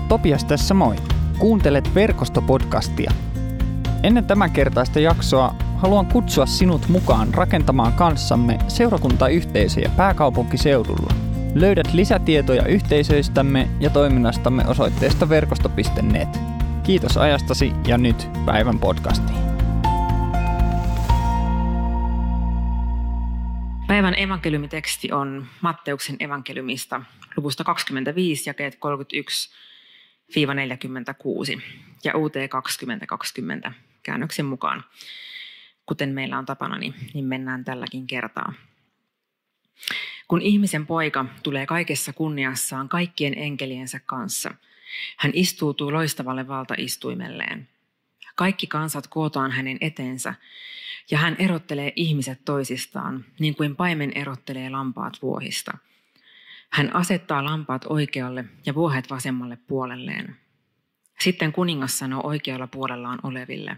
Topias tässä moi. Kuuntelet Verkosto-podcastia. Ennen tämänkertaista jaksoa haluan kutsua sinut mukaan rakentamaan kanssamme seurakuntayhteisöjä pääkaupunkiseudulla. Löydät lisätietoja yhteisöistämme ja toiminnastamme osoitteesta verkosto.net. Kiitos ajastasi ja nyt päivän podcastiin. Päivän evankeliumiteksti on Matteuksen evankeliumista luvusta 25, jakeet 31-46 ja UT 2020 käännöksen mukaan. Kuten meillä on tapana, niin mennään tälläkin kertaa. Kun ihmisen poika tulee kaikessa kunniassaan kaikkien enkeliensä kanssa, hän istuutuu loistavalle valtaistuimelleen. Kaikki kansat kootaan hänen eteensä, ja hän erottelee ihmiset toisistaan, niin kuin paimen erottelee lampaat vuohista. Hän asettaa lampaat oikealle ja vuohet vasemmalle puolelleen. Sitten kuningas sanoo oikealla puolellaan oleville: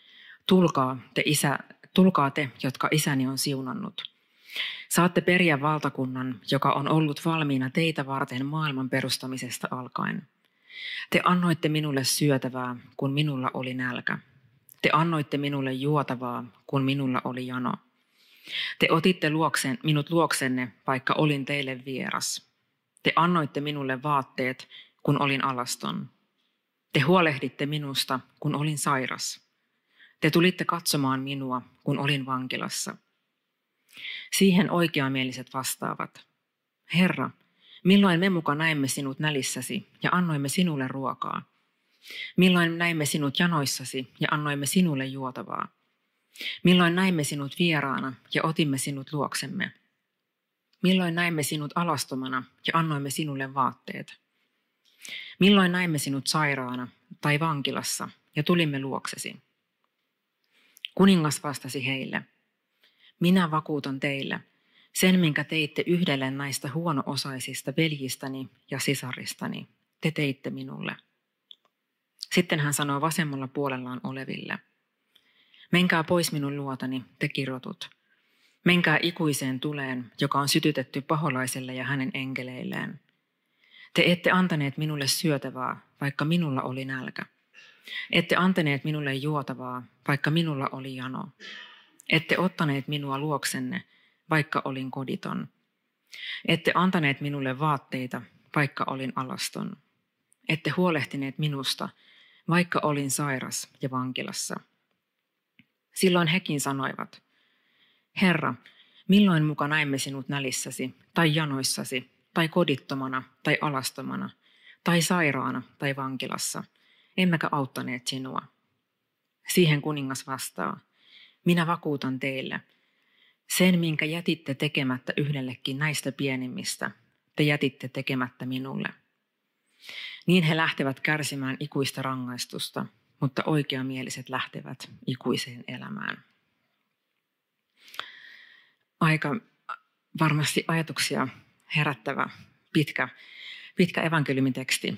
Tulkaa te, jotka isäni on siunannut. Saatte periä valtakunnan, joka on ollut valmiina teitä varten maailman perustamisesta alkaen. Te annoitte minulle syötävää, kun minulla oli nälkä. Te annoitte minulle juotavaa, kun minulla oli jano. Te otitte minut luoksenne, vaikka olin teille vieras. Te annoitte minulle vaatteet, kun olin alaston. Te huolehditte minusta, kun olin sairas. Te tulitte katsomaan minua, kun olin vankilassa. Siihen oikeamieliset vastaavat: Herra, milloin me muka näimme sinut nälissäsi ja annoimme sinulle ruokaa? Milloin näimme sinut janoissasi ja annoimme sinulle juotavaa? Milloin näimme sinut vieraana ja otimme sinut luoksemme? Milloin näimme sinut alastomana ja annoimme sinulle vaatteet? Milloin näimme sinut sairaana tai vankilassa ja tulimme luoksesi? Kuningas vastasi heille: Minä vakuutan teille, sen minkä teitte yhdelle näistä huono-osaisista veljistäni ja sisaristani, te teitte minulle. Sitten hän sanoo vasemmalla puolellaan oleville: Menkää pois minun luotani, te kirotut. Menkää ikuiseen tuleen, joka on sytytetty paholaiselle ja hänen enkeleilleen. Te ette antaneet minulle syötävää, vaikka minulla oli nälkä. Ette antaneet minulle juotavaa, vaikka minulla oli jano. Ette ottaneet minua luoksenne, vaikka olin koditon. Ette antaneet minulle vaatteita, vaikka olin alaston. Ette huolehtineet minusta, vaikka olin sairas ja vankilassa. Silloin hekin sanoivat: Herra, milloin muka näimme sinut nälissäsi, tai janoissasi, tai kodittomana, tai alastomana, tai sairaana, tai vankilassa, emmekä auttaneet sinua? Siihen kuningas vastaa: Minä vakuutan teille, sen minkä jätitte tekemättä yhdellekin näistä pienimmistä, te jätitte tekemättä minulle. Niin he lähtevät kärsimään ikuista rangaistusta, mutta oikeamieliset lähtevät ikuiseen elämään. Aika varmasti ajatuksia herättävä pitkä evankeliumiteksti,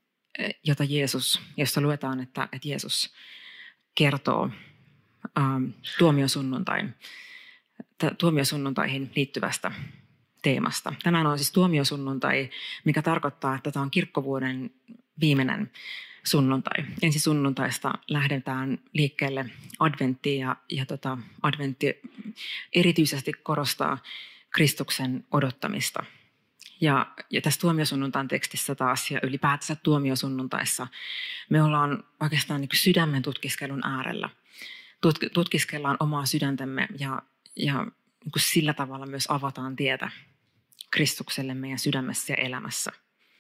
josta luetaan, että Jeesus kertoo tuomiosunnuntaihin liittyvästä teemasta. Tänään on siis tuomiosunnuntai, mikä tarkoittaa, että tämä on kirkkovuoden viimeinen sunnuntai. Ensi sunnuntaista lähdetään liikkeelle adventtiin ja adventti erityisesti korostaa Kristuksen odottamista. Ja tässä tuomiosunnuntain tekstissä taas ja ylipäätänsä tuomiosunnuntaissa me ollaan oikeastaan niin kuin sydämen tutkiskelun äärellä. Tutkiskellaan omaa sydäntämme ja niin kuin sillä tavalla myös avataan tietä Kristukselle meidän sydämessä ja elämässä.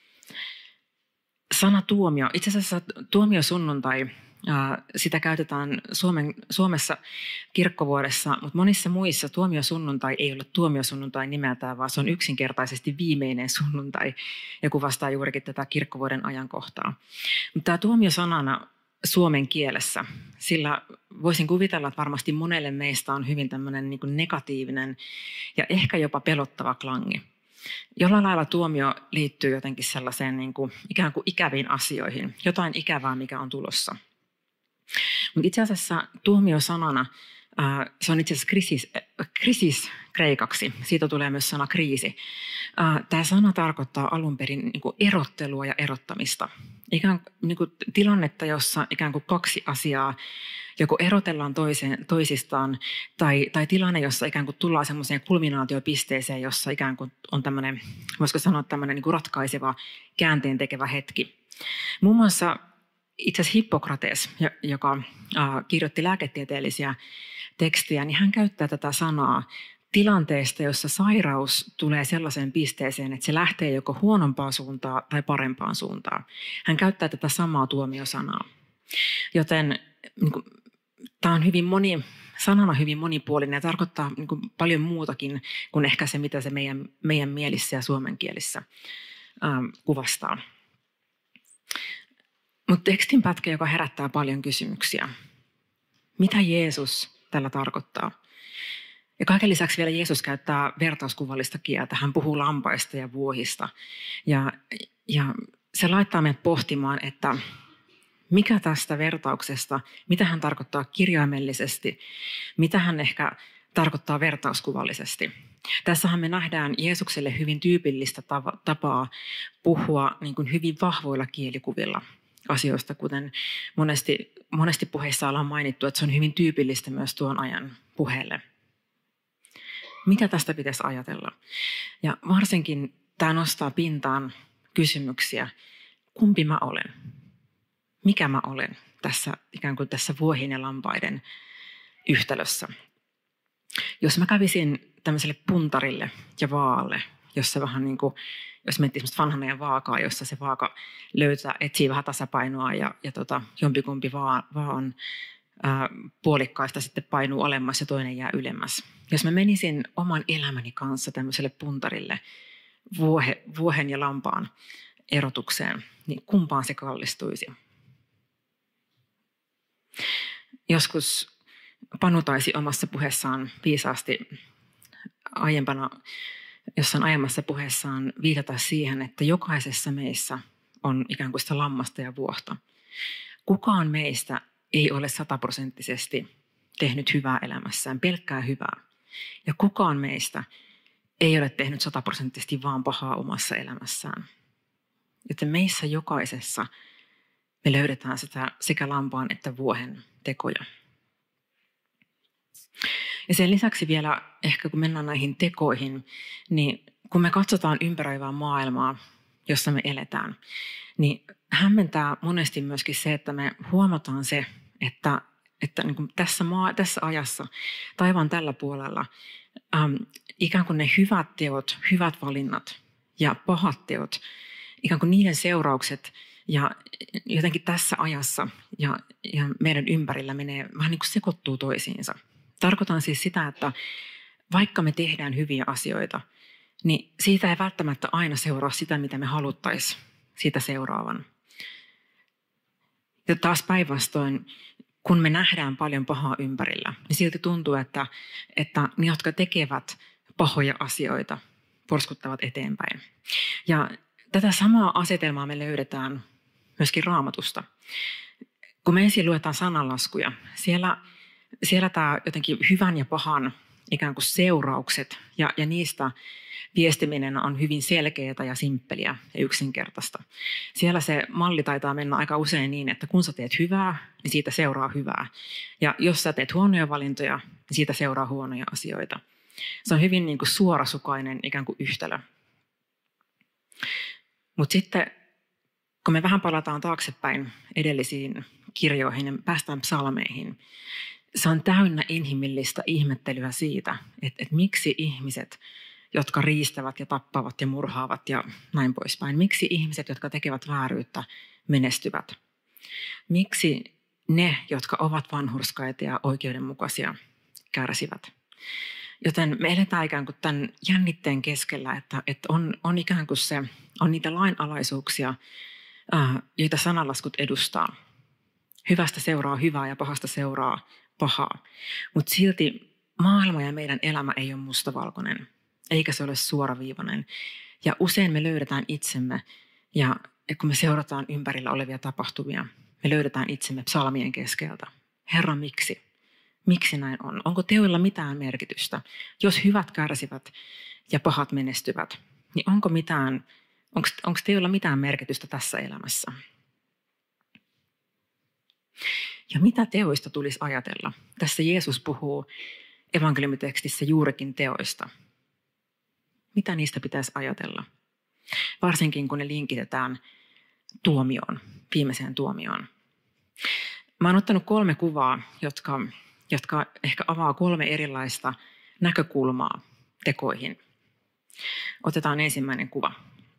Sana tuomio, itse asiassa tuomiosunnuntai, sitä käytetään Suomessa kirkkovuodessa, mutta monissa muissa tuomiosunnuntai ei ole tuomiosunnuntai nimeltään, vaan se on yksinkertaisesti viimeinen sunnuntai ja kuvastaa juurikin tätä kirkkovuoden ajankohtaa. Mutta tämä tuomiosanana suomen kielessä, sillä voisin kuvitella, että varmasti monelle meistä on hyvin tämmöinen niin kuin negatiivinen ja ehkä jopa pelottava klangi. Jollain lailla tuomio liittyy jotenkin sellaiseen niin kuin, ikään kuin ikäviin asioihin, jotain ikävää, mikä on tulossa. Mutta itse asiassa tuomiosanana, se on itse asiassa krisis kreikaksi, siitä tulee myös sana kriisi. Tämä sana tarkoittaa alun perin niin kuin erottelua ja erottamista. niin kuin tilannetta, jossa ikään kuin kaksi asiaa joko erotellaan toisistaan, tai tilanne, jossa ikään kuin tullaan semmoiseen kulminaatiopisteeseen, jossa ikään kuin on tämmöinen, voisiko sanoa tämmöinen niin kuin ratkaiseva, käänteen tekevä hetki. Muun muassa itse asiassa Hippokrates, joka kirjoitti lääketieteellisiä tekstejä, niin hän käyttää tätä sanaa tilanteesta, jossa sairaus tulee sellaiseen pisteeseen, että se lähtee joko huonompaan suuntaan tai parempaan suuntaan. Hän käyttää tätä samaa tuomiosanaa. Joten niin kuin, tämä on sanana hyvin monipuolinen ja tarkoittaa niin kuin, paljon muutakin kuin ehkä se, mitä se meidän mielissä ja suomenkielissä kuvastaa. Mutta tekstin pätkä, joka herättää paljon kysymyksiä. Mitä Jeesus tällä tarkoittaa? Ja kaiken lisäksi vielä Jeesus käyttää vertauskuvallista kieltä. Hän puhuu lampaista ja vuohista. Ja se laittaa meidät pohtimaan, että mikä tästä vertauksesta, mitä hän tarkoittaa kirjaimellisesti, mitä hän ehkä tarkoittaa vertauskuvallisesti. Tässähän me nähdään Jeesukselle hyvin tyypillistä tapaa puhua niin kuin hyvin vahvoilla kielikuvilla asioista, kuten monesti puheissa ollaan mainittu, että se on hyvin tyypillistä myös tuon ajan puheelle. Mitä tästä pitäisi ajatella? Ja varsinkin tämä nostaa pintaan kysymyksiä. Kumpi mä olen? Mikä mä olen tässä ikään kuin tässä vuohien ja lampaiden yhtälössä? Jos mä kävisin tämmöiselle puntarille ja vaalle, jossa vähän niin kuin, jos miettii semmoista vanhan ajan vaakaa, jossa se vaaka etsii vähän tasapainoa ja jompikumpi vaan puolikkaista sitten painuu alemmas ja toinen jää ylemmäs. Jos mä menisin oman elämäni kanssa tämmöiselle puntarille vuohen ja lampaan erotukseen, niin kumpaan se kallistuisi? Joskus Panu taisi omassa puheessaan viisaasti jossain aiemmassa puheessaan viitata siihen, että jokaisessa meissä on ikään kuin sitä lammasta ja vuohta. Kukaan meistä ei ole 100% tehnyt hyvää elämässään, pelkkää hyvää. Ja kukaan meistä ei ole tehnyt 100% vaan pahaa omassa elämässään. Joten meissä jokaisessa me löydetään sitä sekä lampaan että vuohen tekoja. Ja sen lisäksi vielä, ehkä kun mennään näihin tekoihin, niin kun me katsotaan ympäröivää maailmaa, jossa me eletään, niin hämmentää monesti myöskin se, että me huomataan se, että niin kuin tässä ajassa, taivaan tällä puolella, ikään kuin ne hyvät teot, hyvät valinnat ja pahat teot, ikään kuin niiden seuraukset ja jotenkin tässä ajassa ja meidän ympärillä menee vähän niin kuin sekoittuu toisiinsa. Tarkoitan siis sitä, että vaikka me tehdään hyviä asioita, niin siitä ei välttämättä aina seuraa sitä, mitä me haluttaisiin siitä seuraavan. Ja taas päinvastoin, kun me nähdään paljon pahaa ympärillä, niin silti tuntuu, että ne, jotka tekevät pahoja asioita, porskuttavat eteenpäin. Ja tätä samaa asetelmaa me löydetään myöskin Raamatusta. Kun me ensin luetaan sananlaskuja, siellä tämä jotenkin hyvän ja pahan ikään kuin seuraukset ja niistä viestiminen on hyvin selkeää ja simppeliä ja yksinkertaista. Siellä se malli taitaa mennä aika usein niin, että kun sä teet hyvää, niin siitä seuraa hyvää. Ja jos sä teet huonoja valintoja, niin siitä seuraa huonoja asioita. Se on hyvin niin kuin suorasukainen ikään kuin yhtälö. Mutta sitten, kun me vähän palataan taaksepäin edellisiin kirjoihin ja päästään psalmeihin, se on täynnä inhimillistä ihmettelyä siitä, että miksi ihmiset, jotka riistävät ja tappavat ja murhaavat ja näin poispäin, miksi ihmiset, jotka tekevät vääryyttä, menestyvät? Miksi ne, jotka ovat vanhurskaita ja oikeudenmukaisia, kärsivät? Joten me eletään ikään kuin tämän jännitteen keskellä, että on ikään kuin on niitä lainalaisuuksia, joita sananlaskut edustaa. Hyvästä seuraa hyvää ja pahasta seuraa pahaa. Mutta silti maailma ja meidän elämä ei ole mustavalkoinen, eikä se ole suoraviivainen. Ja usein me löydetään itsemme, ja kun me seurataan ympärillä olevia tapahtumia, me löydetään itsemme psalmien keskeltä. Herra, miksi? Miksi näin on? Onko teoilla mitään merkitystä? Jos hyvät kärsivät ja pahat menestyvät, niin onko teoilla mitään merkitystä tässä elämässä? Ja mitä teoista tulisi ajatella? Tässä Jeesus puhuu evankeliumitekstissä juurikin teoista. Mitä niistä pitäisi ajatella? Varsinkin kun ne linkitetään tuomioon, viimeiseen tuomioon. Mä oon ottanut 3 kuvaa, jotka ehkä avaa 3 erilaista näkökulmaa tekoihin. Otetaan ensimmäinen kuva.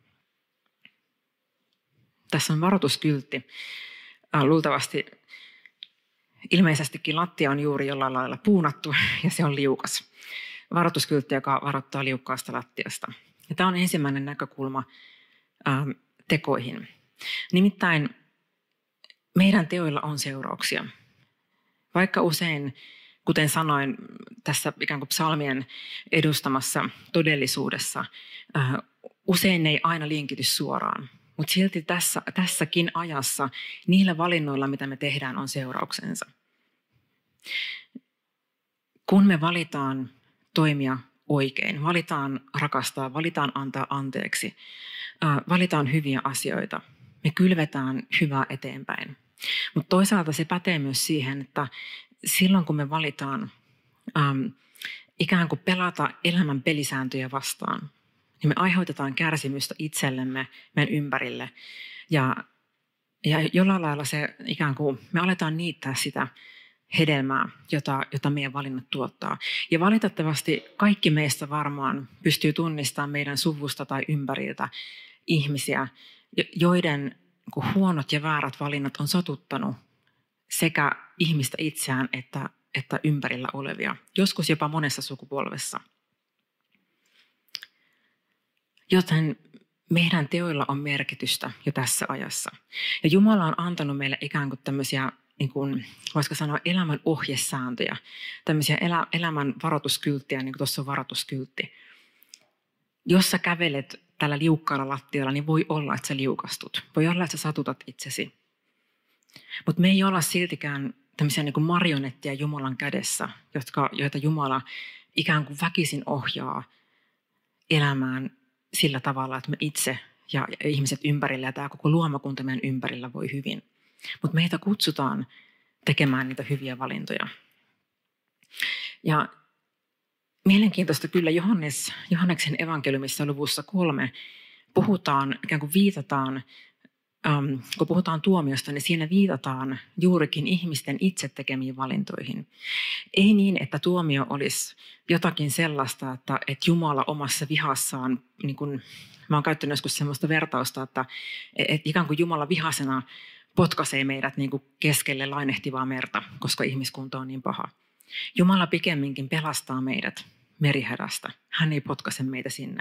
Tässä on varoituskyltti. Luultavasti ilmeisestikin lattia on juuri jollain lailla puunattu ja se on liukas. Varoituskyltti, joka varoittaa liukkaasta lattiasta. Ja tämä on ensimmäinen näkökulma tekoihin. Nimittäin meidän teoilla on seurauksia. Vaikka usein, kuten sanoin tässä ikään kuin psalmien edustamassa todellisuudessa, usein ne ei aina linkity suoraan. Mutta silti tässäkin ajassa niillä valinnoilla, mitä me tehdään, on seurauksensa. Kun me valitaan toimia oikein, valitaan rakastaa, valitaan antaa anteeksi, valitaan hyviä asioita, me kylvetään hyvää eteenpäin. Mutta toisaalta se pätee myös siihen, että silloin kun me valitaan ikään kuin pelata elämän pelisääntöjä vastaan, niin me aiheutetaan kärsimystä itsellemme, meidän ympärille. Ja jollain lailla se ikään kuin me aletaan niittää sitä hedelmää, jota meidän valinnat tuottaa. Ja valitettavasti kaikki meistä varmaan pystyy tunnistamaan meidän suvusta tai ympäriltä ihmisiä, joiden huonot ja väärät valinnat on satuttanut sekä ihmistä itseään että ympärillä olevia, joskus jopa monessa sukupolvessa. Joten meidän teoilla on merkitystä jo tässä ajassa. Ja Jumala on antanut meille ikään kuin tämmöisiä, niin kuin, voisiko sanoa, elämän ohjesääntöjä, tämmöisiä elämän varoituskylttejä, niin kuin tuossa on varoituskyltti. Jos sä kävelet tällä liukkaalla lattialla, niin voi olla, että sä liukastut. Voi olla, että sä satutat itsesi. Mutta me ei olla siltikään tämmöisiä niin kuin marionetteja Jumalan kädessä, joita Jumala ikään kuin väkisin ohjaa elämään sillä tavalla, että me itse ja ihmiset ympärillä ja tämä koko luomakunta meidän ympärillä voi hyvin. Mutta meitä kutsutaan tekemään niitä hyviä valintoja. Ja mielenkiintoista kyllä Johanneksen evankeliumissa luvussa 3 puhutaan, ikään kuin viitataan, kun puhutaan tuomiosta, niin siinä viitataan juurikin ihmisten itse tekemiin valintoihin. Ei niin, että tuomio olisi jotakin sellaista, että Jumala omassa vihassaan, niin kuin mä oon käyttänyt joskus sellaista vertausta, että ikään kuin Jumala vihasena potkaisee meidät niin kuin keskelle lainehtivaa merta, koska ihmiskunta on niin paha. Jumala pikemminkin pelastaa meidät merihädästä. Hän ei potkaise meitä sinne.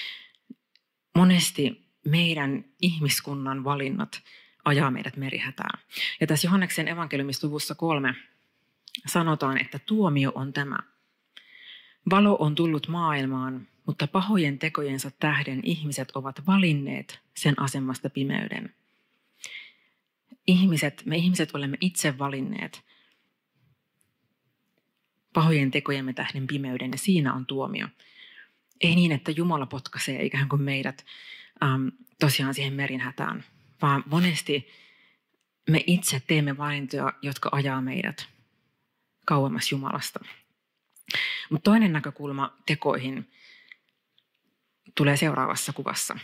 Monesti meidän ihmiskunnan valinnat ajaa meidät merihätään. Ja tässä Johanneksen evankeliumissa luvussa 3 sanotaan, että tuomio on tämä. Valo on tullut maailmaan, mutta pahojen tekojensa tähden ihmiset ovat valinneet sen asemasta pimeyden. Me ihmiset olemme itse valinneet pahojen tekojemme tähden pimeyden, ja siinä on tuomio. Ei niin, että Jumala potkaisee ikään kuin meidät tosiaan siihen merinhätään, vaan monesti me itse teemme valintoja, jotka ajaa meidät kauemmas Jumalasta. Mutta toinen näkökulma tekoihin tulee seuraavassa kuvassa.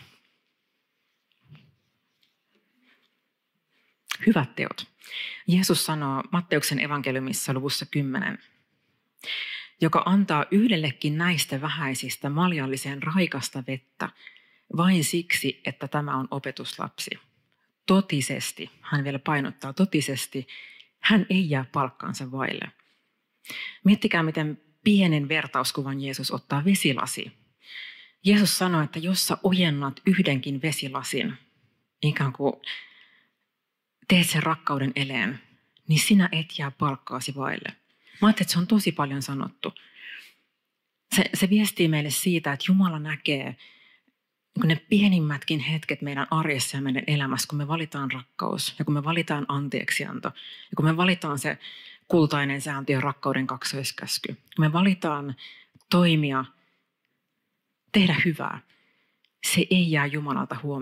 Hyvät teot. Jeesus sanoo Matteuksen evankeliumissa luvussa 10, joka antaa yhdellekin näistä vähäisistä maljallisen raikasta vettä vain siksi, että tämä on opetuslapsi. Totisesti, hän vielä painottaa, totisesti, hän ei jää palkkaansa vaille. Miettikää, miten pienen vertauskuvan Jeesus ottaa vesilasi. Jeesus sanoi, että jos sä ojennat yhdenkin vesilasin, ikään kuin teet sen rakkauden eleen, niin sinä et jää palkkaasi vaille. Mä ajattelin, että se on tosi paljon sanottu. Se viestii meille siitä, että Jumala näkee ne pienimmätkin hetket meidän arjessa ja meidän elämässä, kun me valitaan rakkaus ja kun me valitaan anteeksianto ja kun me valitaan se kultainen sääntö ja rakkauden kaksoiskäsky. Kun me valitaan toimia, tehdä hyvää, se ei jää Jumalalta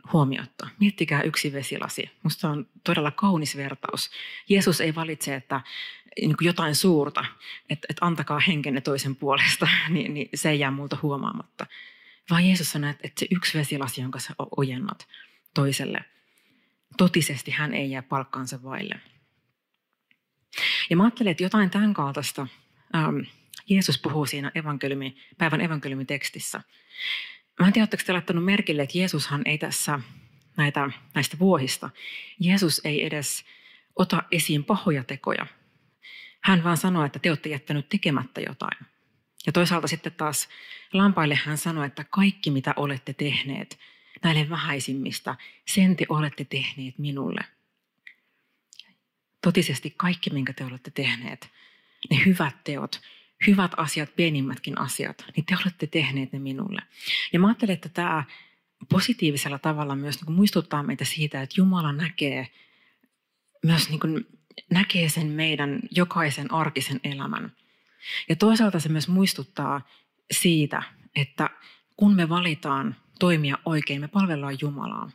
huomiotta. Miettikää yksi vesilasi. Musta on todella kaunis vertaus. Jeesus ei valitse, että niin kuin jotain suurta, että antakaa henkenne toisen puolesta, niin se ei jää multa huomaamatta. Vaan Jeesus sanoo, että se yksi vesilasi, jonka sä ojennat toiselle, totisesti hän ei jää palkkaansa vaille. Ja mä ajattelen, että jotain tämän kaltaista Jeesus puhuu siinä päivän evankeliumitekstissä. Mä en tiedä, oletteko te laittanut merkille, että Jeesushan ei tässä näistä vuohista, Jeesus ei edes ota esiin pahoja tekoja. Hän vaan sanoo, että te olette jättänyt tekemättä jotain. Ja toisaalta sitten taas lampaille hän sanoi, että kaikki mitä olette tehneet näille vähäisimmistä, sen te olette tehneet minulle. Totisesti kaikki, minkä te olette tehneet, ne hyvät teot, hyvät asiat, pienimmätkin asiat, niin te olette tehneet ne minulle. Ja mä ajattelen, että tämä positiivisella tavalla myös niin kuin muistuttaa meitä siitä, että Jumala näkee myös niin kuin näkee sen meidän jokaisen arkisen elämän. Ja toisaalta se myös muistuttaa siitä, että kun me valitaan toimia oikein, me palvellaan Jumalaa.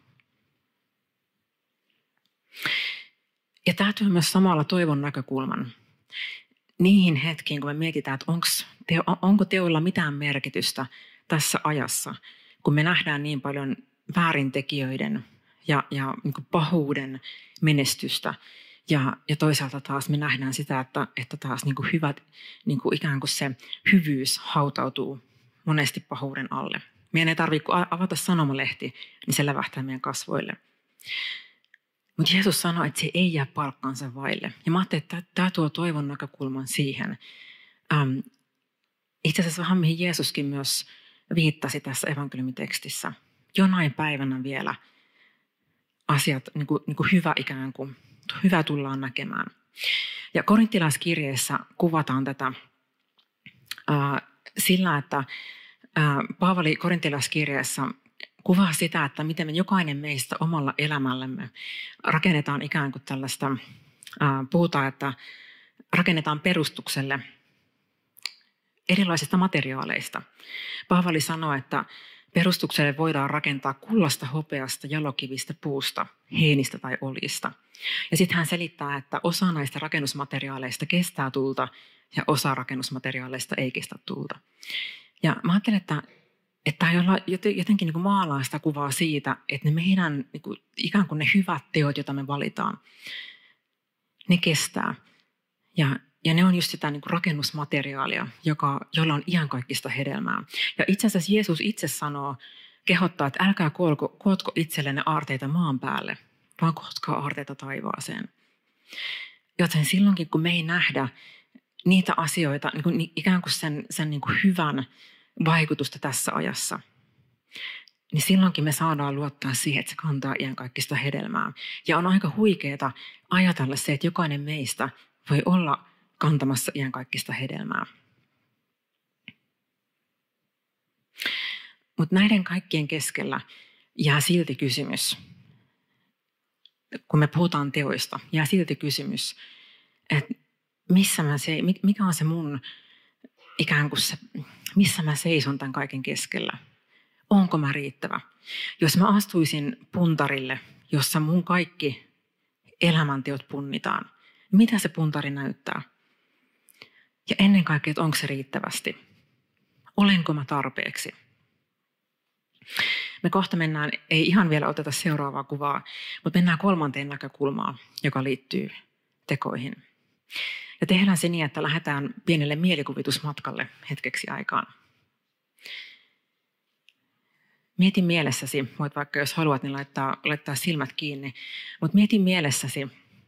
Ja tämä tuo myös samalla toivon näkökulman niihin hetkiin, kun me mietitään, että onko teoilla mitään merkitystä tässä ajassa, kun me nähdään niin paljon väärintekijöiden ja niin kuin pahuuden menestystä. Ja toisaalta taas me nähdään sitä, että taas niin kuin hyvät, niin kuin ikään kuin se hyvyys hautautuu monesti pahuuden alle. Meidän ei tarvitse avata sanomalehti, niin se lävähtää meidän kasvoille. Mutta Jeesus sanoi, että se ei jää palkkaansa vaille. Ja mä ajattelin, että tämä tuo toivon näkökulman siihen. Itse asiassa vähän mihin Jeesuskin myös viittasi tässä evankeliumitekstissä. Jonain päivänä vielä asiat, niin kuin hyvä ikään kuin, hyvä tullaan näkemään. Ja korintilaiskirjeessä kuvataan tätä sillä, että Paavali korintilaiskirjeessä kuvaa sitä, että miten me jokainen meistä omalla elämällämme rakennetaan ikään kuin tällaista, puhutaan, että rakennetaan perustukselle erilaisista materiaaleista. Paavali sanoo, että perustukselle voidaan rakentaa kullasta, hopeasta, jalokivistä, puusta, heinistä tai oljista. Ja sitten hän selittää, että osa näistä rakennusmateriaaleista kestää tulta ja osa rakennusmateriaaleista ei kestä tulta. Ja mä ajattelen, että jotenkin niin kuin maalaa sitä kuvaa siitä, että ne meidän niin kuin, ikään kuin ne hyvät teot, joita me valitaan, ne kestää. Ja ne on just sitä niin kuin rakennusmateriaalia, jolla on iankaikkista hedelmää. Ja itse asiassa Jeesus itse kehottaa, että älkää kootko itsellenne aarteita maan päälle, vaan kootkaa aarteita taivaaseen. Joten silloinkin, kun me ei nähdä niitä asioita, niin kuin, ikään kuin sen niin kuin hyvän vaikutusta tässä ajassa, niin silloinkin me saadaan luottaa siihen, että se kantaa iankaikkista hedelmää. Ja on aika huikeaa ajatella se, että jokainen meistä voi olla kantamassa iankaikkista hedelmää. Mutta näiden kaikkien keskellä jää silti kysymys, kun me puhutaan teoista, jää silti kysymys, että mikä on se mun ikään kuin se, missä mä seison tämän kaiken keskellä? Onko mä riittävä? Jos mä astuisin puntarille, jossa mun kaikki elämänteot punnitaan, mitä se puntari näyttää? Ja ennen kaikkea, että onko se riittävästi? Olenko mä tarpeeksi? Me kohta mennään, ei ihan vielä oteta seuraavaa kuvaa, mutta mennään kolmanteen näkökulmaan, joka liittyy tekoihin. Ja tehdään se niin, että lähdetään pienelle mielikuvitusmatkalle hetkeksi aikaan. Mieti mielessäsi, voit vaikka jos haluat, niin laittaa silmät kiinni, mutta mieti mielessäsi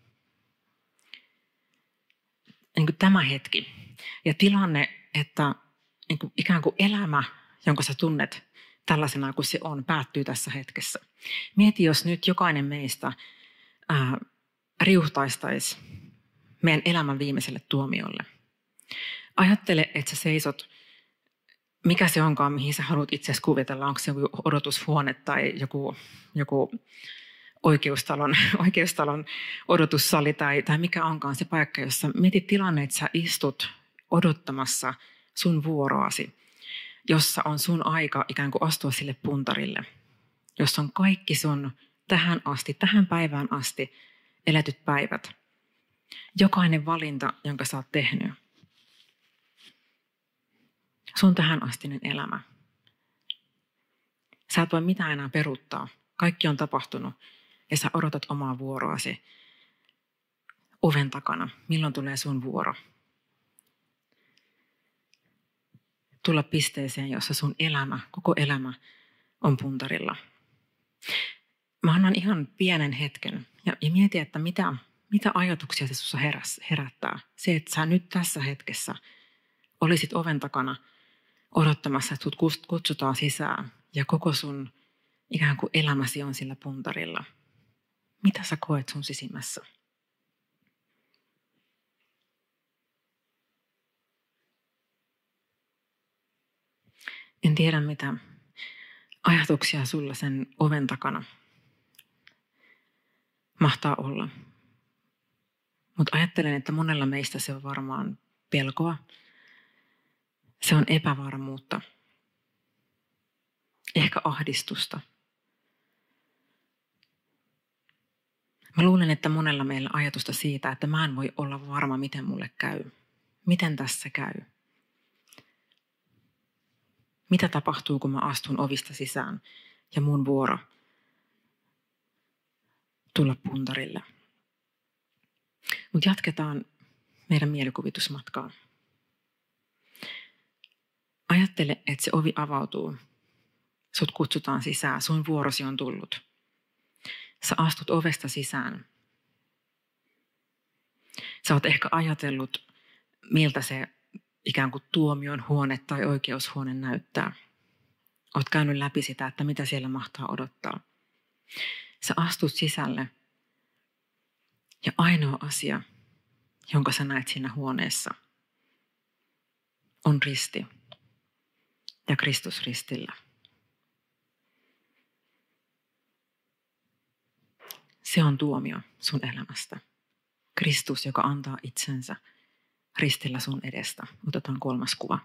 niin kuin tämä hetki ja tilanne, että niin kuin ikään kuin elämä, jonka sä tunnet tällaisena kuin se on, päättyy tässä hetkessä. Mieti, jos nyt jokainen meistä riuhtaistaisi meidän elämän viimeiselle tuomiolle. Ajattele, että sä seisot, mikä se onkaan, mihin sä haluat itse asiassa kuvitella. Onko se joku odotushuone tai joku oikeustalon odotussali tai mikä onkaan se paikka, jossa mietit tilanne, että sä istut odottamassa sun vuoroasi, jossa on sun aika ikään kuin astua sille puntarille. jossa on kaikki sun tähän päivään asti eletyt päivät. Jokainen valinta, jonka sä oot tehnyt. Sun tähänastinen elämä. Sä et voi mitään enää peruuttaa. Kaikki on tapahtunut ja sä odotat omaa vuoroasi oven takana. Milloin tulee sun vuoro? Tulla pisteeseen, jossa sun elämä, koko elämä on puntarilla. Mä annan ihan pienen hetken ja mietin, että mitä ajatuksia se sussa herättää. Se, että sä nyt tässä hetkessä olisit oven takana odottamassa, että sut kutsutaan sisään ja koko sun ikään kuin elämäsi on sillä puntarilla. Mitä sä koet sun sisimmässä? En tiedä, mitä ajatuksia sulla sen oven takana mahtaa olla. Mutta ajattelen, että monella meistä se on varmaan pelkoa. Se on epävarmuutta. Ehkä ahdistusta. Mä luulen, että monella meillä ajatusta siitä, että mä en voi olla varma, miten mulle käy. Miten tässä käy? Mitä tapahtuu, kun mä astun ovista sisään ja mun vuoro tulla puntarille? Mutta jatketaan meidän mielikuvitusmatkaa. Ajattele, että se ovi avautuu. Sut kutsutaan sisään, sun vuorosi on tullut. Sä astut ovesta sisään. Sä oot ehkä ajatellut, miltä se ikään kuin tuomion huone tai oikeushuone näyttää. Oot käynyt läpi sitä, että mitä siellä mahtaa odottaa. Sä astut sisälle ja ainoa asia, jonka sä näet siinä huoneessa, on risti ja Kristus ristillä. Se on tuomio sun elämästä. Kristus, joka antaa itsensä ristillä sun edestä. Otetaan 3. kuva.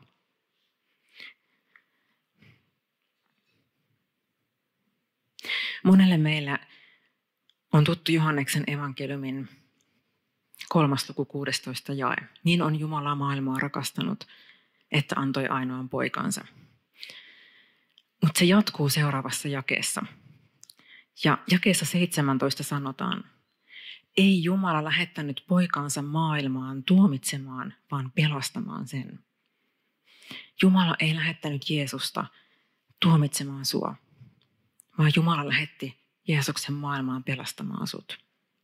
Monelle meille on tuttu Johanneksen evankeliumin 3. luku 16 jae. Niin on Jumala maailmaa rakastanut, että antoi ainoan poikansa. Mutta se jatkuu seuraavassa jakeessa. Ja jakeessa 17 sanotaan, ei Jumala lähettänyt poikansa maailmaan tuomitsemaan, vaan pelastamaan sen. Jumala ei lähettänyt Jeesusta tuomitsemaan sua, vaan Jumala lähetti Jeesuksen maailmaan pelastamaan sut.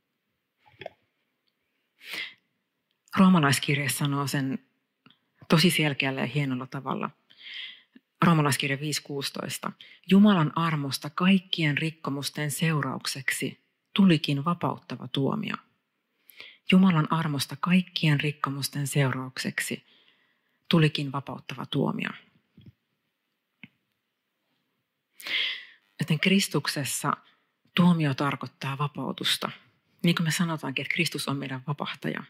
Roomalaiskirje sanoo sen tosi selkeällä ja hienolla tavalla. Roomalaiskirje 5.16. Jumalan armosta kaikkien rikkomusten seuraukseksi tulikin vapauttava tuomio. Jumalan armosta kaikkien rikkomusten seuraukseksi tulikin vapauttava tuomio. Joten Kristuksessa tuomio tarkoittaa vapautusta. Niin kuin me sanotaankin, että Kristus on meidän vapahtaja.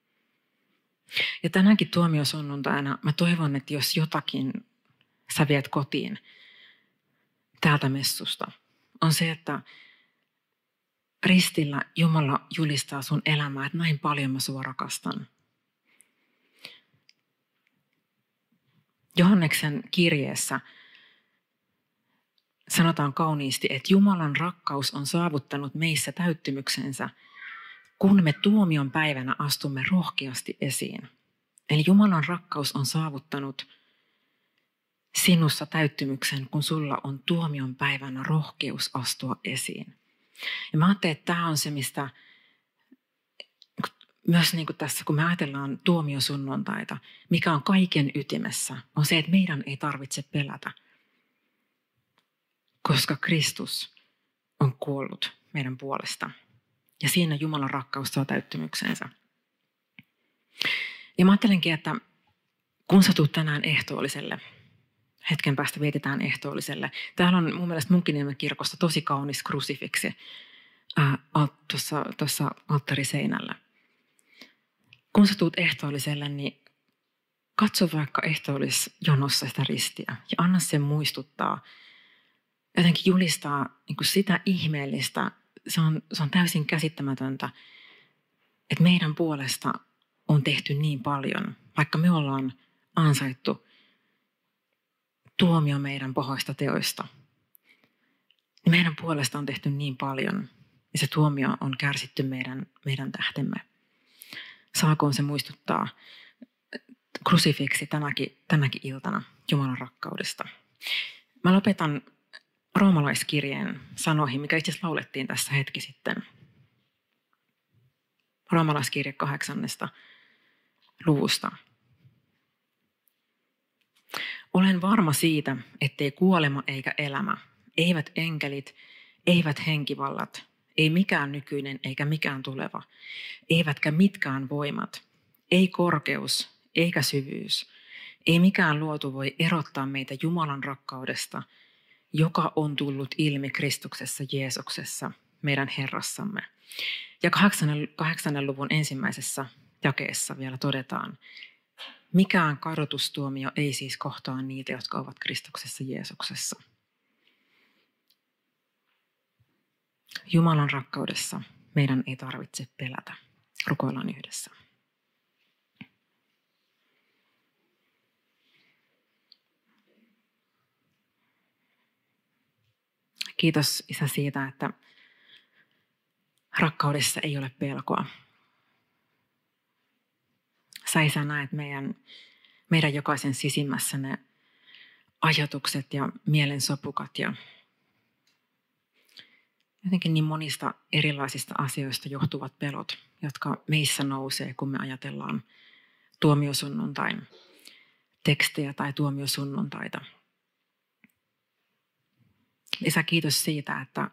Ja tänäänkin tuomiosunnuntaina mä toivon, että jos jotakin sä viet kotiin täältä messusta, on se, että ristillä Jumala julistaa sun elämää, että näin paljon mä sua rakastan. Johanneksen kirjeessä sanotaan kauniisti, että Jumalan rakkaus on saavuttanut meissä täyttymyksensä, kun me tuomion päivänä astumme rohkeasti esiin. Eli Jumalan rakkaus on saavuttanut sinussa täyttymyksen, kun sulla on tuomion päivänä rohkeus astua esiin. Ja mä ajattelen, että tämä on se, mistä myös niin kuin tässä, kun me ajatellaan tuomiosunnuntaita, mikä on kaiken ytimessä, on se, että meidän ei tarvitse pelätä, koska Kristus on kuollut meidän puolesta. Ja siinä Jumalan rakkaus saa täyttymyksensä. Ja mä ajattelenkin, että kun sä tulet tänään ehtoolliselle, hetken päästä vietetään ehtoolliselle. Täällä on mun mielestä Munkkiniemen kirkossa tosi kaunis krusifiksi tuossa alttariseinällä. Kun sä tulet ehtoolliselle, niin katso vaikka ehtoollisjonossa sitä ristiä ja anna sen muistuttaa, jotenkin julistaa niin kuin sitä ihmeellistä. Se on täysin käsittämätöntä, että meidän puolesta on tehty niin paljon, vaikka me ollaan ansaittu tuomio meidän pahoista teoista. Niin meidän puolesta on tehty niin paljon, ja se tuomio on kärsitty meidän tähtemme. Saakoon se muistuttaa krusifiksi tänäkin iltana Jumalan rakkaudesta. Mä lopetan roomalaiskirjeen sanoihin, mikä itse asiassa laulettiin tässä hetki sitten. Roomalaiskirje 8. luvusta. Olen varma siitä, ettei kuolema eikä elämä, eivät enkelit, eivät henkivallat, ei mikään nykyinen eikä mikään tuleva, eivätkä mitkään voimat, ei korkeus eikä syvyys, ei mikään luotu voi erottaa meitä Jumalan rakkaudesta, joka on tullut ilmi Kristuksessa Jeesuksessa, meidän Herrassamme. Ja 8. luvun 1. jakeessa vielä todetaan, mikään kadotustuomio ei siis kohtaa niitä, jotka ovat Kristuksessa Jeesuksessa. Jumalan rakkaudessa meidän ei tarvitse pelätä. Rukoillaan yhdessä. Kiitos Isä siitä, että rakkaudessa ei ole pelkoa. Sä Isä näet meidän jokaisen sisimmässä ne ajatukset ja mielensopukat ja jotenkin niin monista erilaisista asioista johtuvat pelot, jotka meissä nousee, kun me ajatellaan tuomiosunnuntain tekstejä tai tuomiosunnuntaita. Isä, kiitos siitä, että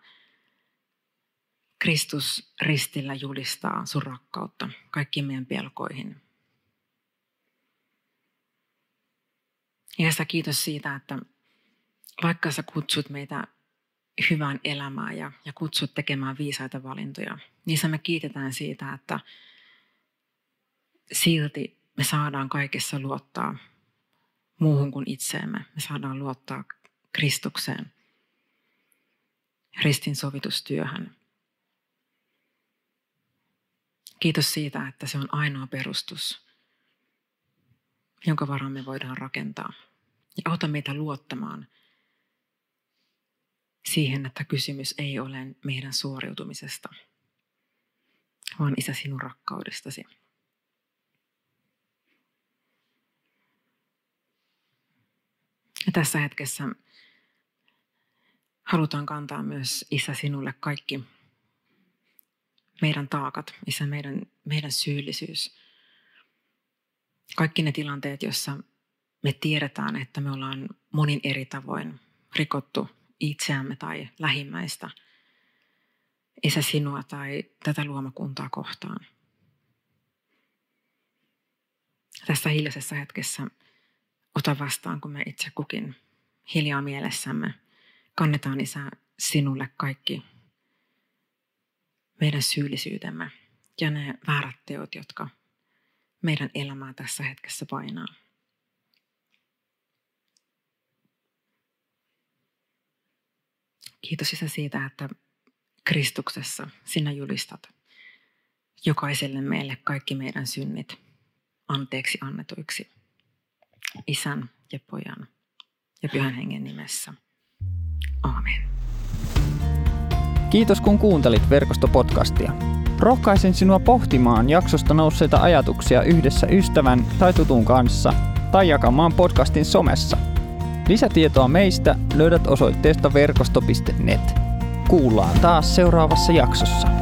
Kristus ristillä julistaa sun rakkautta kaikkiin meidän pelkoihin. Ja Isä, kiitos siitä, että vaikka sä kutsut meitä hyvään elämään ja kutsut tekemään viisaita valintoja, niin Isä, me kiitetään siitä, että silti me saadaan kaikessa luottaa muuhun kuin itseemme. Me saadaan luottaa Kristukseen, ristin sovitustyöhön. Kiitos siitä, että se on ainoa perustus, jonka varaan me voidaan rakentaa. Ja auta meitä luottamaan siihen, että kysymys ei ole meidän suoriutumisesta, vaan Isä sinun rakkaudestasi. Ja tässä hetkessä halutaan kantaa myös Isä sinulle kaikki meidän taakat, Isä meidän syyllisyys. Kaikki ne tilanteet, joissa me tiedetään, että me ollaan monin eri tavoin rikottu itseämme tai lähimmäistä, Isä sinua tai tätä luomakuntaa kohtaan. Tässä hiljaisessa hetkessä ota vastaan, kun me itse kukin hiljaa mielessämme kannetaan Isä sinulle kaikki meidän syyllisyytemme ja ne väärät teot, jotka meidän elämää tässä hetkessä painaa. Kiitos Isä siitä, että Kristuksessa sinä julistat jokaiselle meille kaikki meidän synnit anteeksi annetuiksi. Isän ja Pojan ja Pyhän Hengen nimessä. Aamen. Kiitos kun kuuntelit Verkosto-podcastia. Rohkaisen sinua pohtimaan jaksosta nousseita ajatuksia yhdessä ystävän tai tutun kanssa tai jakamaan podcastin somessa. Lisätietoa meistä löydät osoitteesta verkosto.net. Kuullaan taas seuraavassa jaksossa.